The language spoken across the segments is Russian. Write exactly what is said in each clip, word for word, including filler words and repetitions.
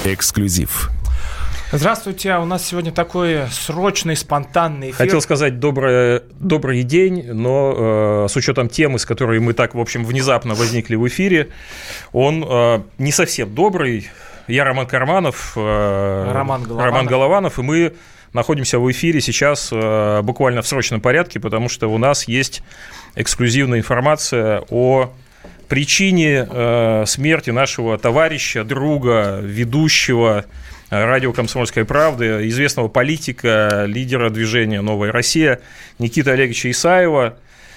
Эксклюзив. Здравствуйте, у нас сегодня такой срочный, спонтанный эфир. Хотел сказать добрый, добрый день, но э, с учетом темы, с которой мы так, в общем, внезапно возникли в эфире, он э, не совсем добрый. Я Роман Карманов, э, Роман Голованов. Роман Голованов, и мы находимся в эфире сейчас э, буквально в срочном порядке, потому что у нас есть эксклюзивная информация о причине э, смерти нашего товарища, друга, ведущего радио «Комсомольская правда», известного политика, лидера движения «Новая Россия» Никиты Олеговича Исаева.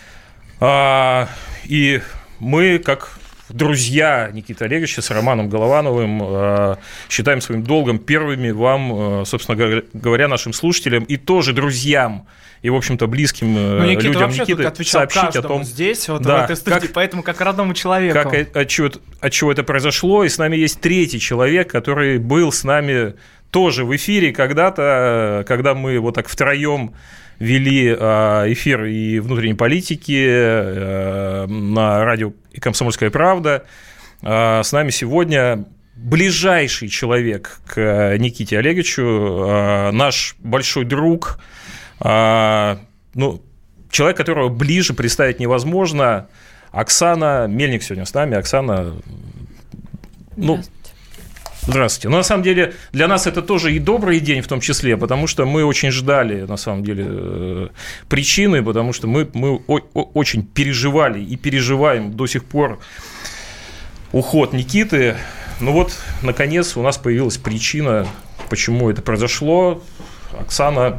И мы, как друзья Никиты Олеговича с Романом Головановым, считаем своим долгом первыми вам, собственно говоря, нашим слушателям и тоже друзьям и, в общем-то, близким ну, Никита людям Никиты сообщить о том, здесь, вот да, в этой студии, как, поэтому как родному человеку. Как, от, чего, от чего это произошло. И с нами есть третий человек, который был с нами тоже в эфире когда-то, когда мы вот так втроем вели эфир и внутренней политики на радио «Комсомольская правда». С нами сегодня ближайший человек к Никите Олеговичу, наш большой друг, ну, человек, которого ближе представить невозможно. Оксана Мельник сегодня с нами. Оксана, ну, здравствуйте. Но на самом деле для нас это тоже и добрый день в том числе, потому что мы очень ждали, на самом деле, причины, потому что мы, мы очень переживали и переживаем до сих пор уход Никиты. Ну вот, наконец, у нас появилась причина, почему это произошло. Оксана,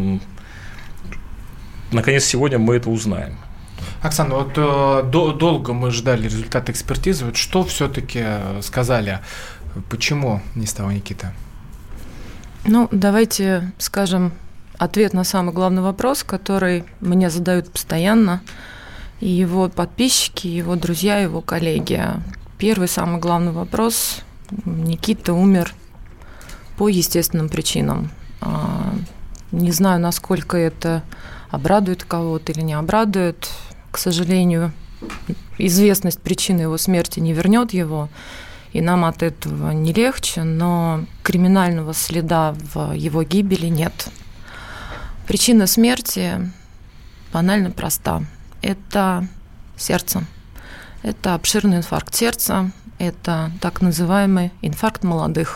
наконец, сегодня мы это узнаем. Оксана, вот э, до, долго мы ждали результаты экспертизы. Вот что все-таки сказали? Почему не стало Никиты? Ну, давайте скажем ответ на самый главный вопрос, который мне задают постоянно и его подписчики, его друзья, его коллеги. Первый самый главный вопрос: Никита умер по естественным причинам. Не знаю, насколько это обрадует кого-то или не обрадует. К сожалению, известность причины его смерти не вернет его, и нам от этого не легче, но криминального следа в его гибели нет. Причина смерти банально проста. Это сердце. Это обширный инфаркт сердца, это так называемый инфаркт молодых.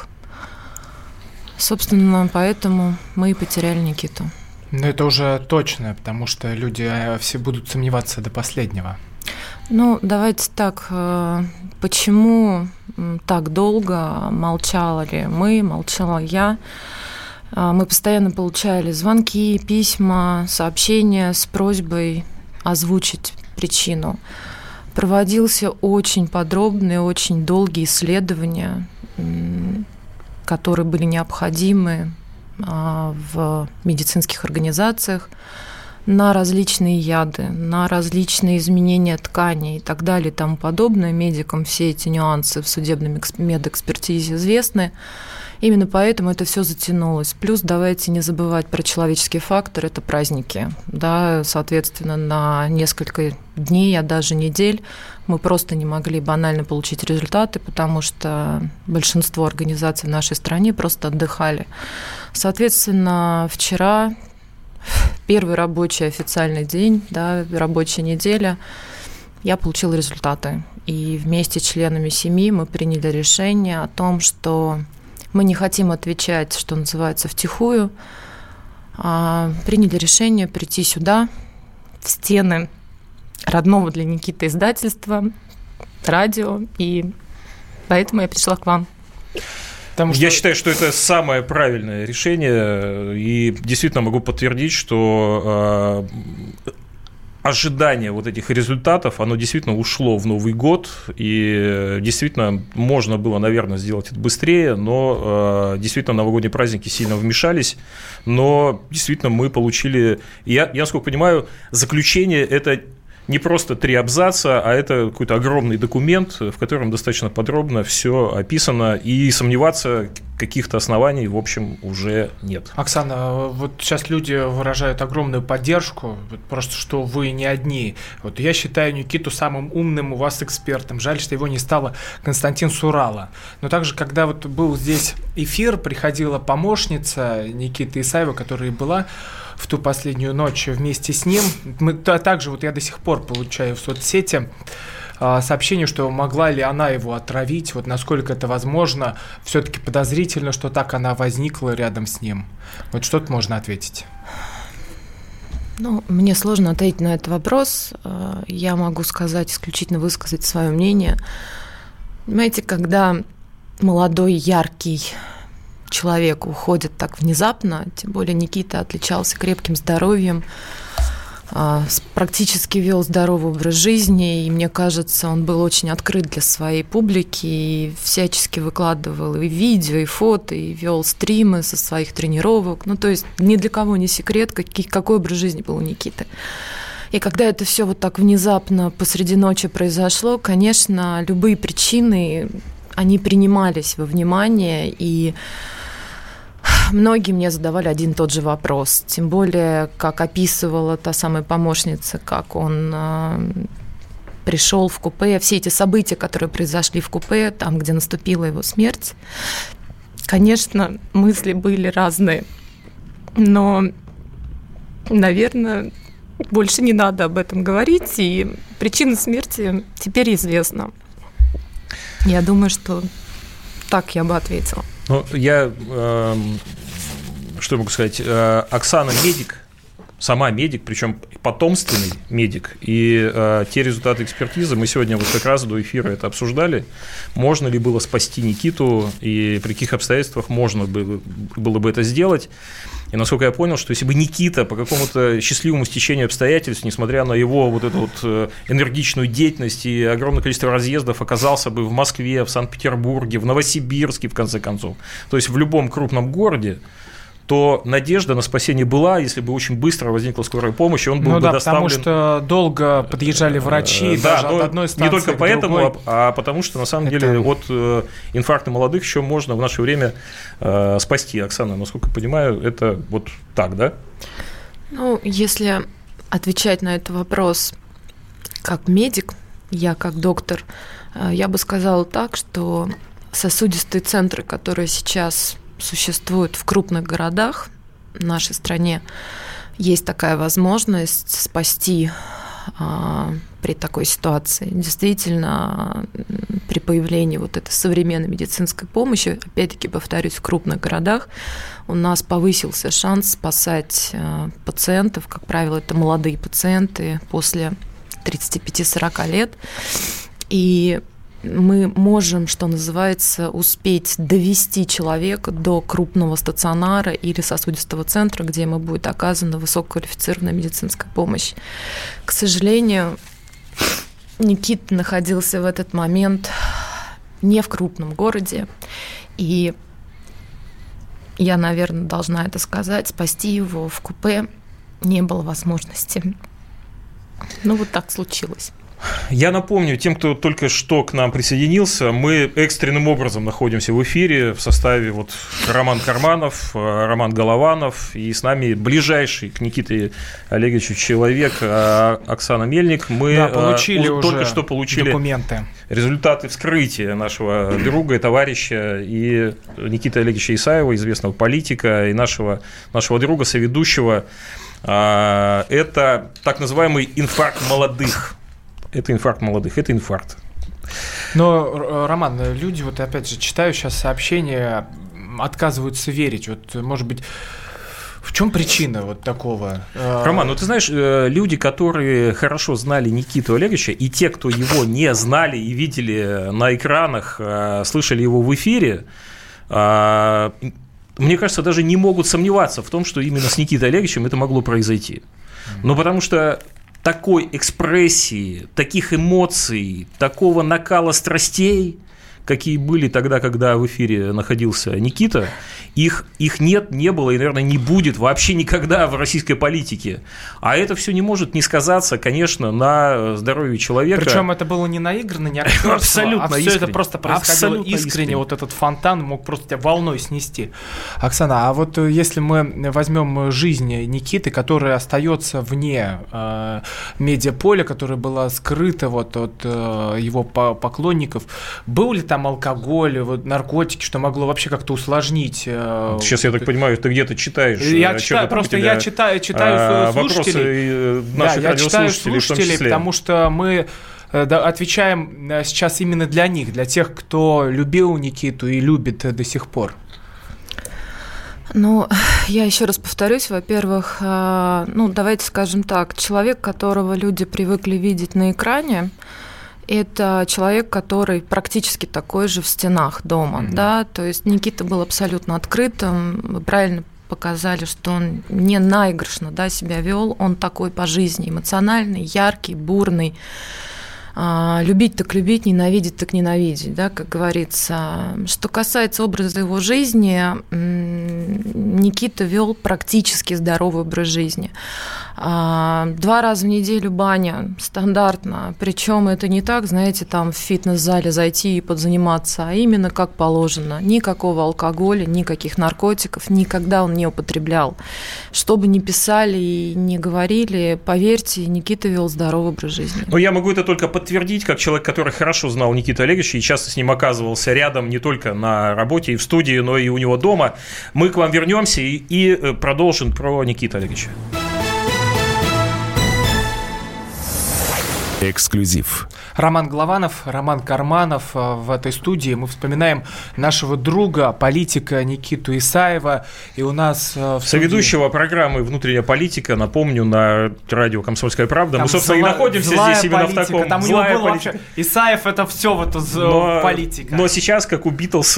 Собственно, поэтому мы и потеряли Никиту. Но это уже точно, потому что люди все будут сомневаться до последнего. Ну, давайте так, почему так долго молчали мы, молчала я? Мы постоянно получали звонки, письма, сообщения с просьбой озвучить причину. Проводился очень подробный, очень долгие исследования, которые были необходимы в медицинских организациях на различные яды, на различные изменения тканей и так далее и тому подобное. Медикам все эти нюансы в судебной медэкспертизе известны. Именно поэтому это все затянулось. Плюс давайте не забывать про человеческий фактор, это праздники. Да, соответственно, на несколько дней, а даже недель мы просто не могли банально получить результаты, потому что большинство организаций в нашей стране просто отдыхали. Соответственно, вчера, первый рабочий официальный день, да, рабочая неделя, я получила результаты. И вместе с членами семьи мы приняли решение о том, что мы не хотим отвечать, что называется, втихую, а приняли решение прийти сюда, в стены родного для Никиты издательства, радио, и поэтому я пришла к вам. Потому что... Я считаю, что это самое правильное решение, и действительно могу подтвердить, что э, ожидание вот этих результатов, оно действительно ушло в Новый год, и действительно можно было, наверное, сделать это быстрее, но э, действительно новогодние праздники сильно вмешались, но действительно мы получили, я, я насколько понимаю, заключение это не просто три абзаца, а это какой-то огромный документ, в котором достаточно подробно все описано, и сомневаться каких-то оснований, в общем, уже нет. Оксана, вот сейчас люди выражают огромную поддержку, вот просто что вы не одни. Вот я считаю Никиту самым умным у вас экспертом. Жаль, что его не стало Константин Сурало. Но также, когда вот был здесь эфир, приходила помощница Никиты Исаева, которая была в ту последнюю ночь вместе с ним. Мы, также вот я до сих пор получаю в соцсети сообщение, что могла ли она его отравить, вот насколько это возможно, все-таки подозрительно, что так она возникла рядом с ним. Вот что тут можно ответить? Ну, мне сложно ответить на этот вопрос. Я могу сказать, исключительно высказать свое мнение. Понимаете, когда молодой, яркий человек уходит так внезапно, тем более Никита отличался крепким здоровьем, практически вел здоровый образ жизни, и мне кажется, он был очень открыт для своей публики и всячески выкладывал и видео, и фото, и вел стримы со своих тренировок. Ну, то есть ни для кого не секрет, какой, какой образ жизни был у Никиты. И когда это все вот так внезапно посреди ночи произошло, конечно, любые причины, они принимались во внимание, и многие мне задавали один и тот же вопрос, тем более, как описывала та самая помощница, как он э, пришел в купе, все эти события, которые произошли в купе, там, где наступила его смерть. Конечно, мысли были разные, но, наверное, больше не надо об этом говорить, и причина смерти теперь известна. Я думаю, что так я бы ответила. Ну, я, э, что могу сказать, э, Оксана медик, сама медик, причем потомственный медик, и э, те результаты экспертизы, мы сегодня вот как раз до эфира это обсуждали, можно ли было спасти Никиту, и при каких обстоятельствах можно было, было бы это сделать. И насколько я понял, что если бы Никита по какому-то счастливому стечению обстоятельств, несмотря на его вот эту вот энергичную деятельность и огромное количество разъездов, оказался бы в Москве, в Санкт-Петербурге, в Новосибирске, в конце концов, то есть в любом крупном городе, то надежда на спасение была, если бы очень быстро возникла скорая помощь, и он был ну бы да, доставлен... потому что долго подъезжали врачи, да, даже от одной станции не только к поэтому, другой. а, а потому что, на самом Это... деле, от э, инфаркта молодых еще можно в наше время э, спасти. Оксана, насколько я понимаю, это вот так, да? Ну, если отвечать на этот вопрос как медик, я как доктор, я бы сказала так, что сосудистые центры, которые сейчас существуют в крупных городах в нашей стране, есть такая возможность спасти а, при такой ситуации. Действительно, при появлении вот этой современной медицинской помощи, опять-таки, повторюсь, в крупных городах у нас повысился шанс спасать а, пациентов, как правило, это молодые пациенты после тридцати пяти сорока лет, и мы можем, что называется, успеть довести человека до крупного стационара или сосудистого центра, где ему будет оказана высококвалифицированная медицинская помощь. К сожалению, Никита находился в этот момент не в крупном городе, и я, наверное, должна это сказать, спасти его в купе не было возможности. Ну, вот так случилось. Я напомню тем, кто только что к нам присоединился, мы экстренным образом находимся в эфире в составе вот Роман Карманов, Роман Голованов, и с нами ближайший к Никите Олеговичу человек Оксана Мельник. Мы да, получили только уже что получили документы, результаты вскрытия нашего друга и товарища и Никиты Олеговича Исаева, известного политика, и нашего, нашего друга, соведущего. Это так называемый инфаркт молодых. Это инфаркт молодых, это инфаркт. Но, Роман, люди, вот опять же, читаю сейчас сообщения, отказываются верить. Вот, может быть, в чем причина вот такого? Роман, ну ты знаешь, люди, которые хорошо знали Никиту Олеговича, и те, кто его не знали и видели на экранах, слышали его в эфире, мне кажется, даже не могут сомневаться в том, что именно с Никитой Олеговичем это могло произойти. Ну, потому что такой экспрессии, таких эмоций, такого накала страстей, какие были тогда, когда в эфире находился Никита, их, их нет, не было и, наверное, не будет вообще никогда в российской политике. А это все не может не сказаться, конечно, на здоровье человека. Причем это было не наигранно, не актерство, абсолютно а все искренне. это просто происходило Абсолютно искренне. искренне. Вот этот фонтан мог просто тебя волной снести. Оксана, а вот если мы возьмем жизнь Никиты, которая остается вне э, медиаполя, которая была скрыта вот от э, его поклонников, был ли там алкоголь, вот, наркотики, что могло вообще как-то усложнить? Э, Сейчас, я так понимаю, ты где-то читаешь. Я читаю, просто я читаю, читаю слушателей. Наших да, я читаю слушателей, в том числе. Потому что мы отвечаем сейчас именно для них, для тех, кто любил Никиту и любит до сих пор. Ну, я еще раз повторюсь, во-первых, ну, давайте скажем так, человек, которого люди привыкли видеть на экране, это человек, который практически такой же в стенах дома, mm-hmm. да, то есть Никита был абсолютно открытым, вы правильно показали, что он не наигрышно, да, себя вел, он такой по жизни, эмоциональный, яркий, бурный, а, любить так любить, ненавидеть так ненавидеть, да, как говорится. Что касается образа его жизни, Никита вел практически здоровый образ жизни. Два раза в неделю баня, стандартно. Причем это не так, знаете, там в фитнес-зале зайти и подзаниматься, а именно как положено. Никакого алкоголя, никаких наркотиков, никогда он не употреблял. Что бы ни писали и не говорили, поверьте, Никита вел здоровый образ жизни. Но я могу это только подтвердить, как человек, который хорошо знал Никиту Олеговича и часто с ним оказывался рядом не только на работе и в студии, но и у него дома. Мы к вам вернемся и, и продолжим про Никиту Олеговича. Эксклюзив. Роман Голованов, Роман Карманов в этой студии. Мы вспоминаем нашего друга, политика Никиту Исаева. И у нас в студии... Соведущего программы «Внутренняя политика», напомню, на радио «Комсомольская правда». Там Мы, собственно, зла... и находимся здесь именно политика. В таком... Там у него был вообще... Исаев — это все вот но... политика. Но сейчас, как у Битлз,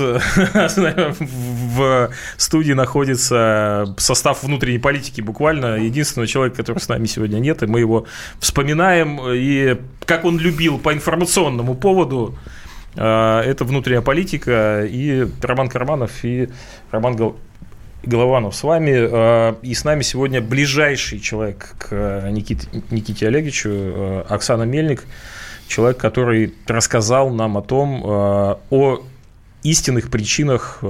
в студии находится состав внутренней политики буквально. Единственный человек, который с нами сегодня нет, и мы его вспоминаем. И как он любил по информационному поводу, это внутренняя политика, и Роман Карманов, и Роман Голованов с вами, и с нами сегодня ближайший человек к Никите, Никите Олеговичу, Оксана Мельник, человек, который рассказал нам о том, о истинных причинах,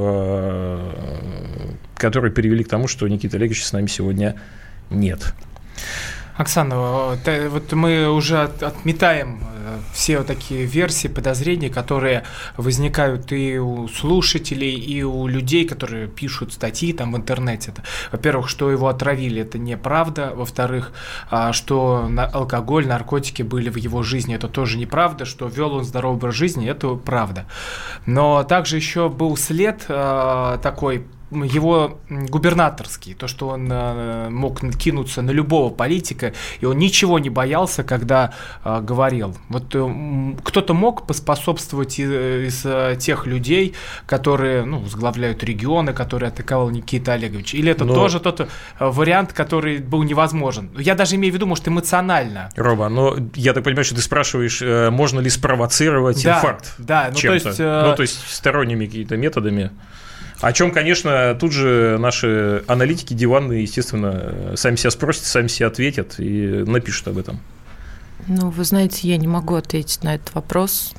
которые привели к тому, что Никиты Олеговича с нами сегодня нет. Оксана, вот мы уже отметаем все вот такие версии, подозрения, которые возникают и у слушателей, и у людей, которые пишут статьи там в интернете. Во-первых, что его отравили, это неправда. Во-вторых, что алкоголь, наркотики были в его жизни, это тоже неправда. Что вел он здоровый образ жизни, это правда. Но также еще был след такой, его губернаторский, то, что он э, мог кинуться на любого политика, и он ничего не боялся, когда э, говорил. Вот э, кто-то мог поспособствовать из, из э, тех людей, которые, ну, возглавляют регионы, которые атаковал Никита Олегович, или это Но... тоже тот э, вариант, который был невозможен? Я даже имею в виду, может, эмоционально. Рома, но я так понимаю, что ты спрашиваешь, э, можно ли спровоцировать да, инфаркт да, ну, чем-то? то есть, э... ну, то есть сторонними какими-то методами. О чем, конечно, тут же наши аналитики диванные, естественно, сами себя спросят, сами себя ответят и напишут об этом. Ну, вы знаете, я не могу ответить на этот вопрос.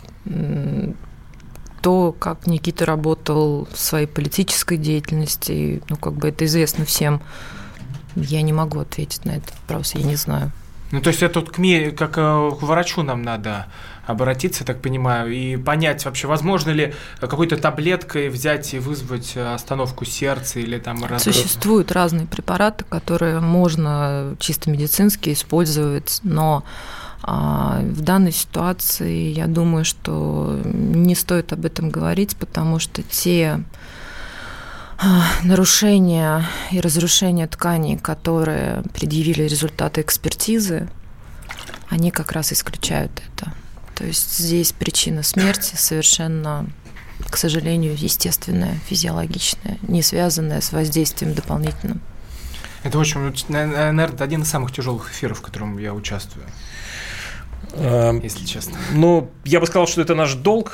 То, как Никита работал в своей политической деятельности, ну, как бы это известно всем, я не могу ответить на этот вопрос, я не знаю. Ну, то есть это вот к мне, как к врачу нам надо обратиться, так понимаю, и понять вообще, возможно ли какой-то таблеткой взять и вызвать остановку сердца или там... Существуют разные препараты, которые можно чисто медицински использовать, но а, в данной ситуации я думаю, что не стоит об этом говорить, потому что те нарушения и разрушения тканей, которые предъявили результаты экспертизы, они как раз исключают это. То есть здесь причина смерти совершенно, к сожалению, естественная, физиологичная, не связанная с воздействием дополнительным. Это очень, наверное, один из самых тяжелых эфиров, в котором я участвую, если честно. Ну, я бы сказал, что это наш долг.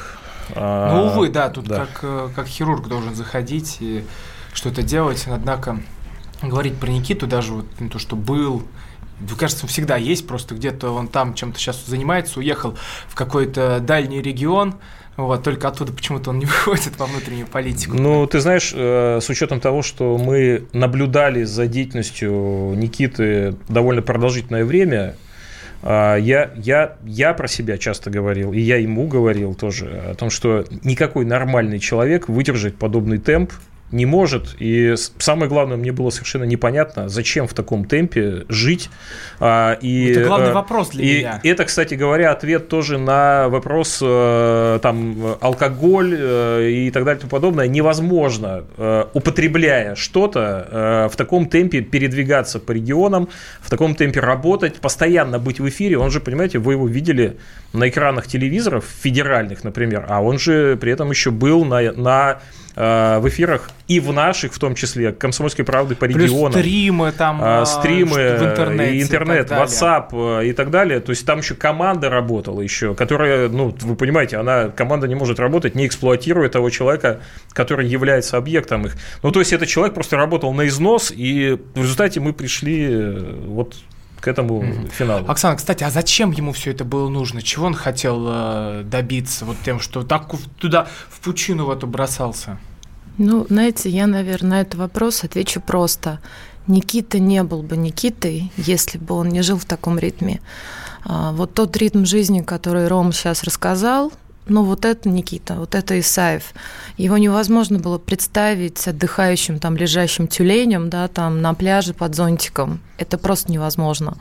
Ну, увы, да, тут да. Как, как хирург должен заходить и что-то делать, однако говорить про Никиту даже вот то, что был, кажется, он всегда есть, просто где-то он там чем-то сейчас занимается, уехал в какой-то дальний регион, вот, только оттуда почему-то он не выходит во внутреннюю политику. Ну, ты знаешь, с учетом того, что мы наблюдали за деятельностью Никиты довольно продолжительное время, Я, я, я про себя часто говорил, и я ему говорил тоже, о том, что никакой нормальный человек выдержать подобный темп не может. И самое главное, мне было совершенно непонятно, зачем в таком темпе жить. И, это главный вопрос для и меня. Это, кстати говоря, ответ тоже на вопрос там, алкоголь и так далее и тому подобное. Невозможно, употребляя что-то, в таком темпе передвигаться по регионам, в таком темпе работать, постоянно быть в эфире. Он же, понимаете, вы его видели на экранах телевизоров федеральных, например, а он же при этом еще был на... на в эфирах и в наших, в том числе, «Комсомольской правды» по регионам. Плюс стримы там, стримы, в интернете, интернет, WhatsApp и так далее. То есть там еще команда работала еще, которая, ну, вы понимаете, она, команда не может работать, не эксплуатируя того человека, который является объектом их. Ну, то есть этот человек просто работал на износ, и в результате мы пришли вот к этому mm-hmm. финалу. Оксана, кстати, а зачем ему все это было нужно? Чего он хотел э, добиться вот тем, что так туда, в пучину в эту бросался? Ну, знаете, я, наверное, на этот вопрос отвечу просто. Никита не был бы Никитой, если бы он не жил в таком ритме. А, вот тот ритм жизни, который Рома сейчас рассказал, ну, вот это Никита, вот это Исаев. Его невозможно было представить отдыхающим, там, лежащим тюленем, да, там, на пляже под зонтиком. Это просто невозможно.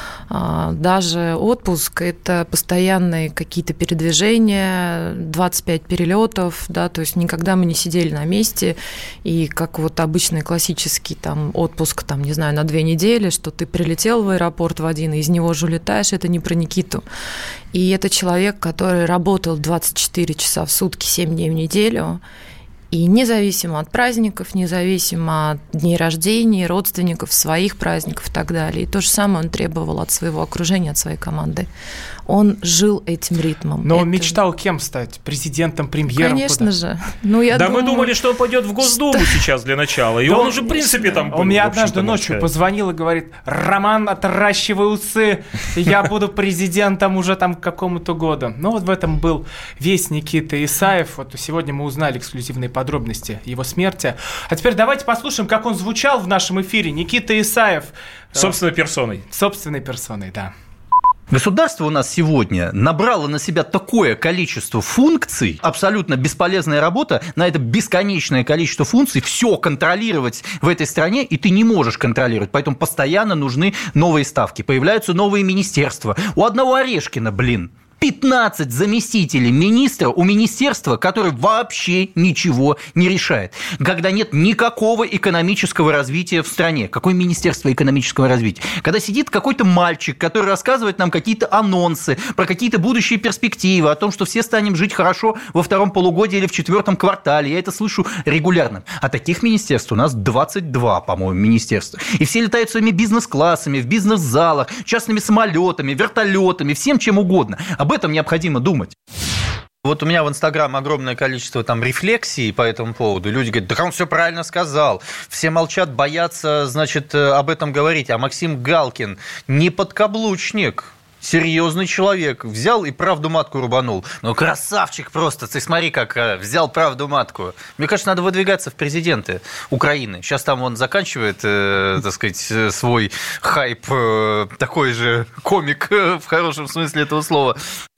Даже отпуск – это постоянные какие-то передвижения, двадцать пять перелетов, да, то есть никогда мы не сидели на месте, и как вот обычный классический там, отпуск, там, не знаю, на две недели, что ты прилетел в аэропорт в один, и из него же улетаешь, это не про Никиту. И это человек, который работал двадцать четыре часа в сутки, семь дней в неделю, и независимо от праздников, независимо от дней рождения, родственников, своих праздников и так далее. И то же самое он требовал от своего окружения, от своей команды. Он жил этим ритмом. Но Это... он мечтал кем стать? Президентом, премьером? Конечно куда? же. Ну, я да думаю... мы думали, что он пойдет в Госдуму что... сейчас для начала. И да он уже, в принципе, там был. Он мне однажды ночью позвонил и говорит: Роман, отращивай усы, я буду президентом уже там к какому-то году. Ну, вот в этом был весь Никита Исаев. Вот сегодня мы узнали эксклюзивные подробности его смерти. А теперь давайте послушаем, как он звучал в нашем эфире. Никита Исаев. Собственной персоной. Собственной персоной, да. Государство у нас сегодня набрало на себя такое количество функций, абсолютно бесполезная работа, на это бесконечное количество функций, все контролировать в этой стране, и ты не можешь контролировать, поэтому постоянно нужны новые ставки, появляются новые министерства. У одного Орешкина, блин, пятнадцать заместителей министра у министерства, которое вообще ничего не решает. Когда нет никакого экономического развития в стране. Какое министерство экономического развития? Когда сидит какой-то мальчик, который рассказывает нам какие-то анонсы про какие-то будущие перспективы, о том, что все станем жить хорошо во втором полугодии или в четвертом квартале. Я это слышу регулярно. А таких министерств у нас двадцать два, по-моему, министерства. И все летают своими бизнес-классами, в бизнес-залах, частными самолетами, вертолетами, всем чем угодно. Об этом необходимо думать. Вот у меня в Инстаграм огромное количество там рефлексий по этому поводу. Люди говорят: да он все правильно сказал. Все молчат, боятся, значит, об этом говорить. А Максим Галкин не подкаблучник. Серьезный человек. Взял и правду матку рубанул. Ну, красавчик просто. Ты смотри, как взял правду матку. Мне кажется, надо выдвигаться в президенты Украины. Сейчас там он заканчивает, э, так сказать, свой хайп. Э, такой же комик э, в хорошем смысле этого слова.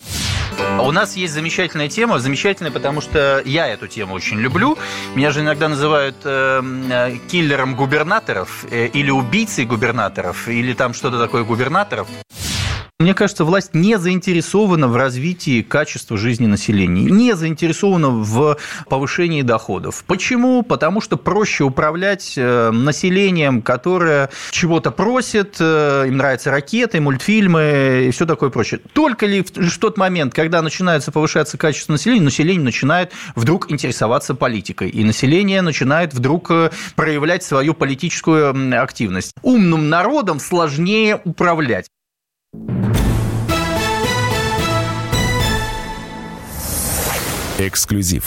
У нас есть замечательная тема, замечательная, потому что я эту тему очень люблю. Меня же иногда называют э, киллером губернаторов э, или убийцей губернаторов, или там что-то такое губернаторов. Мне кажется, власть не заинтересована в развитии качества жизни населения, не заинтересована в повышении доходов. Почему? Потому что проще управлять населением, которое чего-то просит, им нравятся ракеты, мультфильмы и все такое прочее. Только ли в тот момент, когда начинается повышаться качество населения, население начинает вдруг интересоваться политикой, и население начинает вдруг проявлять свою политическую активность. Умным народом сложнее управлять. Эксклюзив